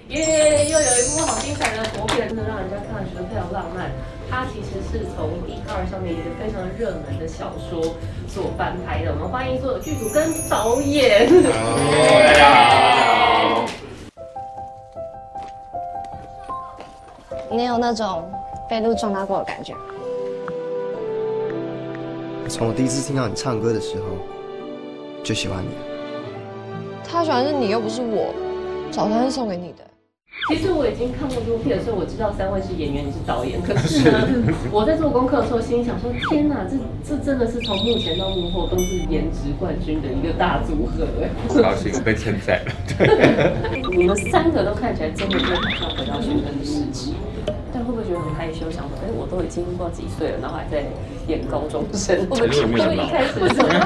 耶！又有一部好精彩的国片，真的让人家看了觉得非常浪漫。它其实是从 Dcard 上面一个非常热门的小说所翻拍的。我们欢迎所有剧组跟导演。 大家好。 你有那种被路撞到过的感觉？ 从我第一次听到你唱歌的时候，就喜欢你。 他喜欢是你，又不是我，早餐是送给你的。 其实我已经看过这部片的时候，我知道3位是演员，你是导演。可是呢，我在做功课的时候，心里想说：天哪，这真的是从幕前到幕后都是颜值冠军的一个大组合哎！ 高兴被称赞了。 你们3个都看起来真的就好像回到学生时期，但会不会觉得很害羞？想说，我都已经不知道几岁了，然后还在演高中生，会不会一开始为什么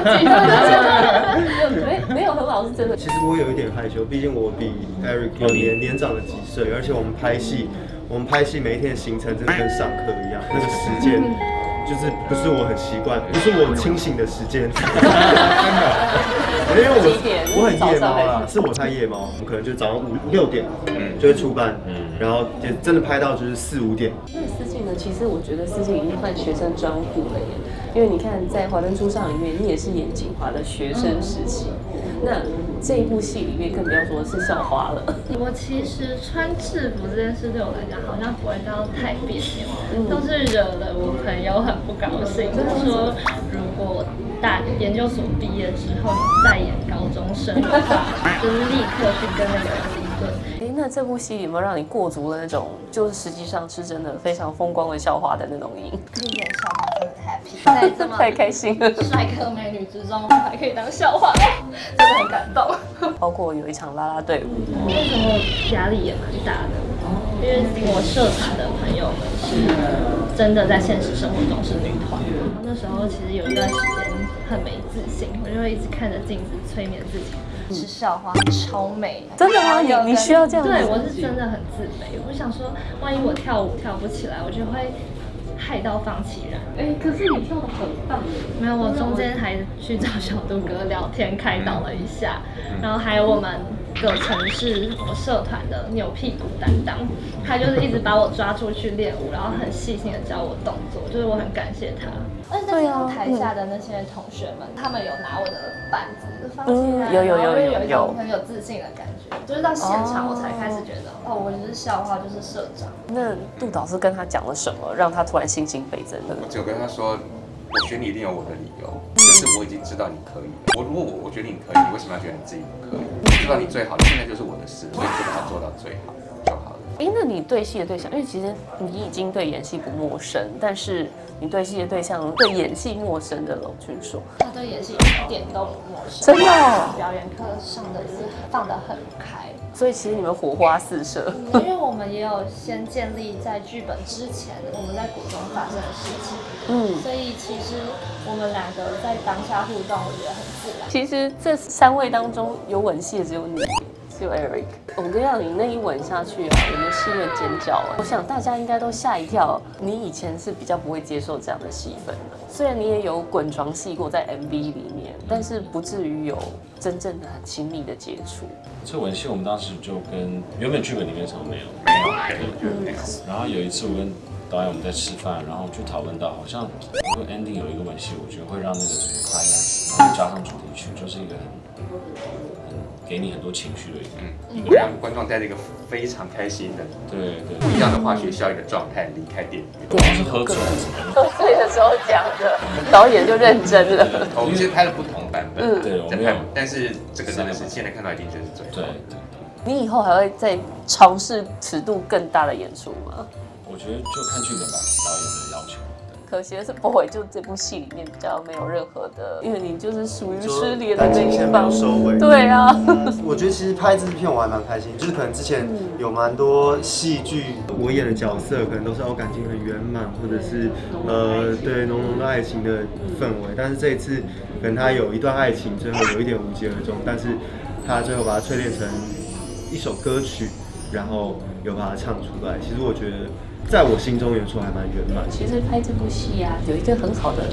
没有很老，是真的。 其实我有一点害羞，毕竟我比 Eric 年长了几岁，而且我们拍戏每一天的行程真的跟上课一样，那个时间就是不是我很习惯，不是我清醒的时间。因为我很夜猫啦，是我太夜猫，我可能就早上5、6点就会出班，然后也真的拍到就是4、5点。 那思静呢？其实我觉得思静已经算学生专户了耶，因为你看在《华灯初上》里面，你也是演景华的学生时期。那这一部戏里面更不要说是校花了。 我其实穿制服这件事对我来讲好像不会到太别扭，都是惹了我朋友很不高兴。就是说，如果研究所毕业之后再演高中生的话，就是立刻去跟那个人离婚。 那这部戏有没有让你过足了那种，就是实际上是真的非常风光的校花的那种瘾？ 可以演校花真的 happy， 在这么太开心了， 帅哥美女之中还可以当校花，真的很感动。 包括有一场啦啦队伍， 那时候压力也蛮大的，因为我社团的朋友们是真的在现实生活中是女团，然后那时候其实有一段时间很没自信，我就会一直看着镜子催眠自己。是校花，超美。 真的吗？你需要这样子？ 对，我是真的很自卑。我想说，万一我跳舞跳不起来，我就会害到方启然。 可是你跳得很棒耶。 没有，我中间还去找小杜哥聊天，开导了一下。然后还有我们葛城是我社团的扭屁股担当，他就是一直把我抓出去练舞，然后很细心的教我动作，就是我很感谢他。而且那时候台下的那些同学们，他们有拿我的板子放起来，有一种很有自信的感觉。就是到现场我才开始觉得，我就是校花，就是社长。 那杜导是跟他讲了什么，让他突然信心倍增的？ 我就跟他说，我选你一定有我的理由，就是我已经知道你可以了。如果我觉得你可以，你为什么要觉得你自己不可以？我知道你最好，现在就是我的事，所以你就把它做到最好就好了。 那你对戏的对象，因为其实你已经对演戏不陌生，但是你对戏的对象对演戏陌生的娄俊硕， 他对演戏一点都不陌生， 真的哦。 表演课上的是放得很开， 所以其实你们火花四射。 因为我们也有先建立在剧本之前我们在国中发生的事情，所以其实我们2个在当下互动，我觉得很自然。 其实这3位当中有吻戏的只有你。只有 Eric， 我跟你那一吻下去啊，我们戏院尖叫我想大家应该都吓一跳。你以前是比较不会接受这样的戏份的，虽然你也有滚床戏过在 MV 里面，但是不至于有真正的很亲密的接触。 这吻戏我们当时就跟原本剧本里面什么没有，然后有一次我跟导演我们在吃饭，然后就讨论到好像如果 ending 有一个吻戏，我觉得会让那个整个 climax， 然后加上主题曲，就是一个很给你很多情绪的一个让观众带着一个非常开心的， 对不一样的化学效应的状态离开电影院。 好像是喝醉还是怎么样？ 喝醉的时候讲的，导演就认真了。 我们其实拍了不同版本， 对，我们有， 但是这个真的是现在看到一定就是最好。 对。 你以后还会再尝试尺度更大的演出吗？ 我觉得就看剧本吧，导演的要求。 可惜的是，不会就这部戏里面比较没有任何的，因为你就是属于失联的那一方。 收尾。 对啊。 我觉得其实拍这支片我还蛮开心，就是可能之前有蛮多戏剧，我演的角色可能都是感情很圆满，或者是对浓浓的爱情的氛围，但是这一次可能他有一段爱情，最后有一点无疾而终，但是他最后把它淬炼成一首歌曲，然后有把它唱出来。其实我觉得。在我心中演出还蛮圆满。 其实拍这部戏啊，有一个很好的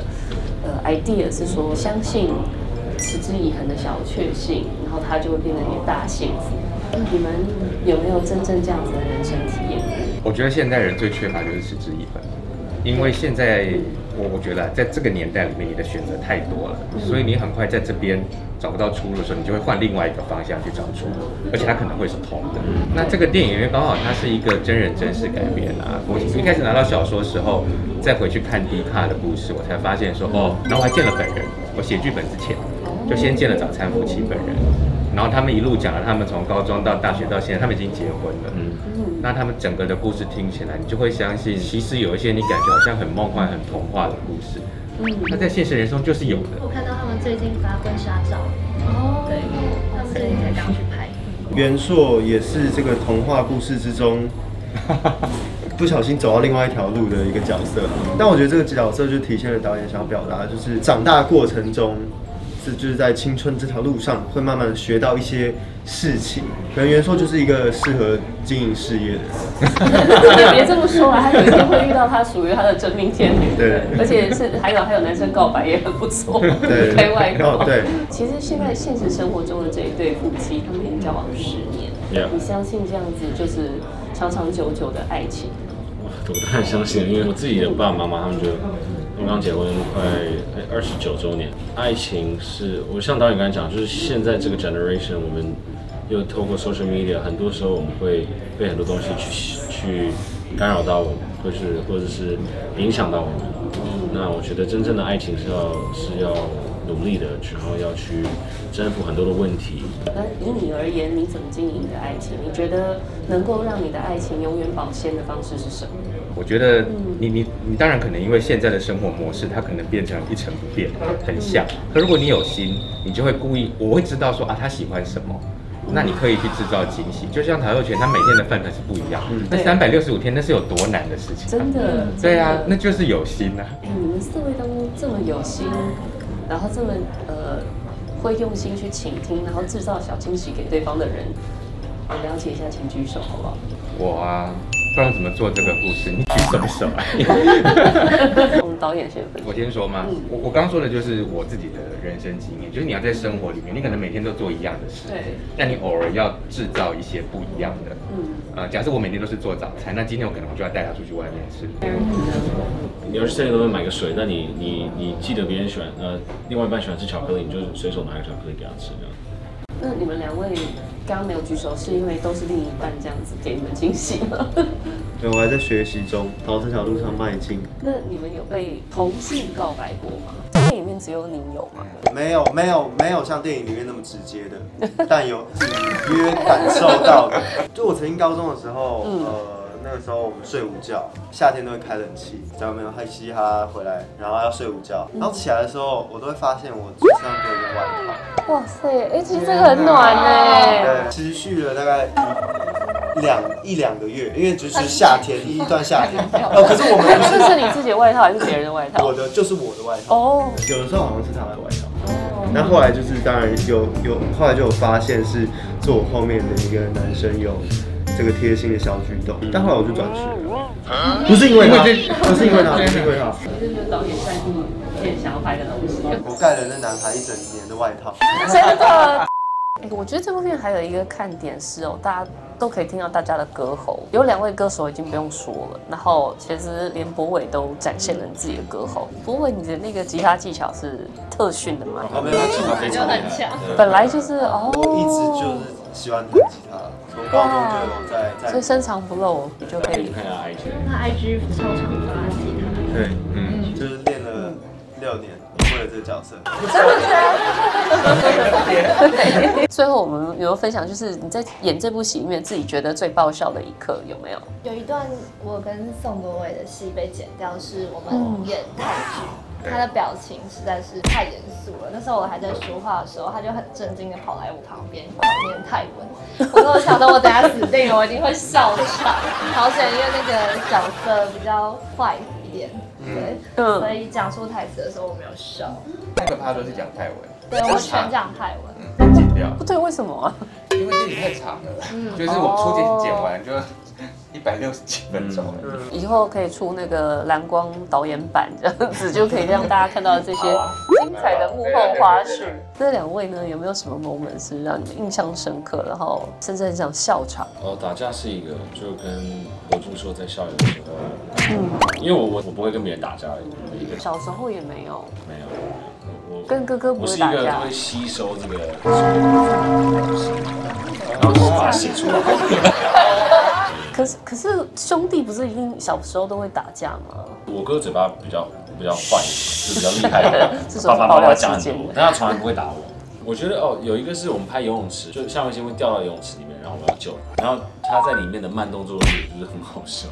idea 是说，相信持之以恒的小确幸，然后它就会变成一个大幸福。 你们有没有真正这样子的人生体验？ 我觉得现代人最缺乏就是持之以恒，因为现在我觉得在这个年代里面，你的选择太多了，所以你很快在这边找不到出路的时候，你就会换另外一个方向去找出路，而且它可能会是通的。那这个电影因为刚好它是一个真人真事改编啊，我一开始拿到小说的时候，再回去看迪卡的故事，我才发现说然后我还见了本人，我写剧本之前就先见了早餐夫妻本人。然后他们一路讲了，他们从高中到大学到现在，他们已经结婚了。那他们整个的故事听起来，你就会相信，其实有一些你感觉好像很梦幻、很童话的故事，那在现实人生中就是有的。 我看到他们最近发婚纱照，对，他们最近才刚去拍。 元硕也是这个童话故事之中不小心走到另外一条路的一个角色，但我觉得这个角色就体现了导演想要表达，就是长大过程中。就是在青春这条路上，会慢慢学到一些事情。可能元硕就是一个适合经营事业的人。 也别这么说啊，他有一天会遇到他属于他的真命天女。 对， 而且是还有男生告白也很不错。 对， 开外挂。 对。 其实现在现实生活中的这一对夫妻，他们已经交往10年。你相信这样子就是长长久久的爱情？ 我当然相信，因为我自己的爸爸妈妈他们就。我刚结婚快29周年，爱情是我像导演刚才讲，就是现在这个 generation， 我们又透过 social media， 很多时候我们会被很多东西去干扰到我们，或者是影响到我们。那我觉得真正的爱情是要努力的，然后要去征服很多的问题。 那以你而言，你怎么经营你的爱情？你觉得能够让你的爱情永远保鲜的方式是什么？ 我觉得你当然可能因为现在的生活模式，它可能变成一成不变，很像。可如果你有心，你就会故意，我会知道说他喜欢什么，那你可以去制造惊喜。就像陶佑全，他每天的饭团是不一样，那365天那是有多难的事情？ 真的。 对啊，那就是有心啊。 你们4位当中这么有心，然后这么会用心去倾听，然后制造小惊喜给对方的人，我了解一下，请举手好不好？ 我啊。不然怎么做这个故事？你举什么手啊？ 我们导演先分享。 我先说吗？我刚说的就是我自己的人生经验，就是你要在生活里面，你可能每天都做一样的事， 对， 但你偶尔要制造一些不一样的。假设我每天都是做早餐，那今天我可能就要带他出去外面吃。 你要去7-Eleven都会买个水，但你记得别人喜欢另外一半喜欢吃巧克力，你就随手拿个巧克力给他吃这样。 那你们2位刚刚没有举手，是因为都是另一半这样子给你们惊喜吗？ 对，我还在学习中，朝这条路上迈进。 那你们有被同性告白过吗？电影里面只有你有吗？ 没有像电影里面那么直接的，但有隐约感受到的。就我曾经高中的时候，那个时候我们睡午觉，夏天都会开冷气，在外面嗨嘻嘻哈哈回来，然后要睡午觉，然后起来的时候，我都会发现我身上都有一件外套。 哇塞，其实这个很暖呢。 对，持续了大概一两个月，因为就是夏天一段夏天。可是我们不是你自己的外套还是别人的外套？ 我的就是我的外套。哦，有的时候好像是他的外套。那后来就是当然后来就有发现是坐我后面的一个男生有这个贴心的小举动，但后来我就转学了，不是因为他，不是因为他。 这就是导演在意片想要拍的东西。 我盖了那男孩一整年的外套， 真的。我觉得这部片还有一个看点是大家都可以听到大家的歌喉，有2位歌手已经不用说了，然后其实连柏伟都展现了自己的歌喉。柏伟，你的那个吉他技巧是特训的吗？ 没有，技巧非常很强， 本来就是一直就是喜欢弹吉他，从高中就有在， 所以深藏不露，你就可以看下 IG， 他 IG 超常发吉他， 对，就是练了6年。为了这个角色， 真的是。最后我们有分享，就是你在演这部戏里面自己觉得最爆笑的一刻有没有？ 有一段我跟宋柏伟的戏被剪掉，是我们演泰剧，他的表情实在是太严肃了。那时候我还在说话的时候，他就很震惊的跑来我旁边狂念泰文。我想到我等下死定了，我一定会笑场。好险，因为那个角色比较坏一点。对，所以讲出台词的时候我没有笑。 那个趴都是讲泰文， 对，我全讲泰文。 那剪掉。 不对，为什么啊？ 因为这里太长了，就是我初剪完就140 60几分钟。 以后可以出那个蓝光导演版，这样子就可以让大家看到这些精彩的幕后花絮。这2位呢，有没有什么 moment 是让你们印象深刻，然后甚至很想笑场？ 打架是一个，就跟罗俊说在校园的时候，因为我不会跟别人打架的一个， 小时候也没有， 我跟哥哥不我是一会打架个会。吸收这个东西，然后就是把它写出来。 可是兄弟不是一定小时候都会打架吗？ 我哥嘴巴比较坏，就比较厉害的， 这种是爆料事件， 但他从来不会打我。我觉得有一个是我们拍游泳池，就夏威夷会掉到游泳池里面，然后我要救，然后他在里面的慢动作就是很好笑。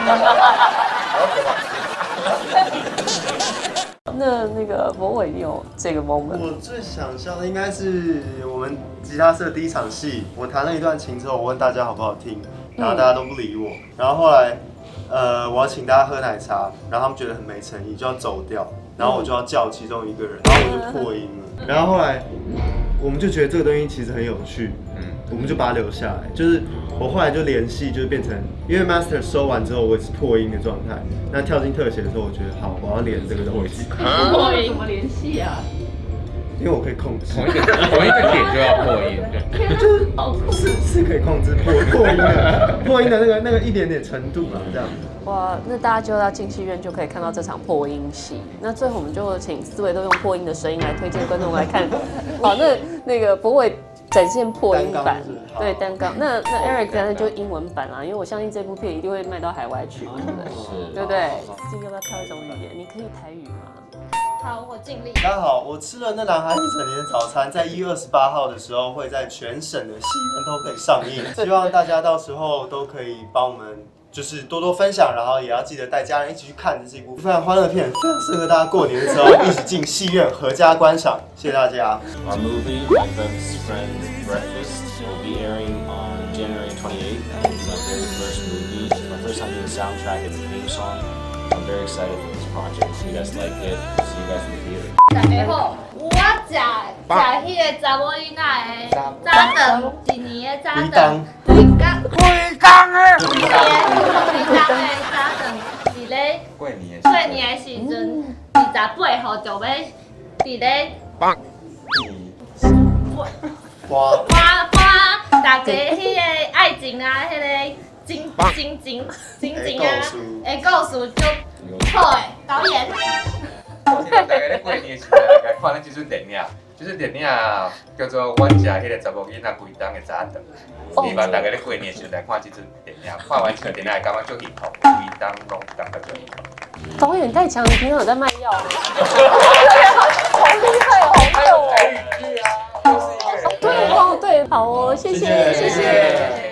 那个博伟，你有这个 moment？ 我最想笑的应该是我们吉他社第一场戏，我弹了一段琴之后，我问大家好不好听，然后大家都不理我，然后后来我要请大家喝奶茶，然后他们觉得很没诚意，就要走掉，然后我就要叫其中一个人，然后我就破音了，然后后来我们就觉得这个东西其实很有趣，我们就把它留下来，就是我后来就联系，就变成因为 master 收完之后，我也是破音的状态。那跳进特写的时候，我觉得好，我要连这个东西。 破音怎么联系啊？ 因为我可以控制， 同一个点就要破音， 是可以控制破音的那个一点点程度嘛，这样。 哇，那大家就要进戏院就可以看到这场破音戏。那最后我们就请4位都用破音的声音来推荐观众来看。好，那个博伟展现破音版，对单杠。那 Eric 呢就英文版啊，因为我相信这部片一定会卖到海外去，对不对？今天要不要挑一种语言？你可以台语吗？ 好，我尽力。 大家好，我吃了那男孩一整年的早餐，在1月28号的时候会在全省的戏院都可以上映，希望大家到时候都可以帮我们就是多多分享，然后也要记得带家人一起去看，这是一部非常欢乐的片，非常适合大家过年的时候一起进戏院合家观赏。谢谢大家。 Our movie, My Best Friend's Breakfast, will be airing on January 28th. It will be my very first movie. It's my first time doing the soundtrack and the theme song. I'm very excited for this project. Hope you guys like it. See you guys in the theater. 大家好，我食迄个查某囡仔的早顿，一年的早顿，规工的早顿， 过年过年的时阵28号就要伫咧播大家迄个爱情啊，迄个情啊的故事就好的导演。 大家咧过年的时候来看咱这出电影，这出电影叫做《阮食迄个查某囡仔规档的早顿》。希望大家咧过年的时候来看这出电影，看完这出电影会感觉足幸福，规档拢感觉足幸福。 导演太强，你平常有在卖药吗？好厉害，好有哦。对哦，对，好哦，谢谢。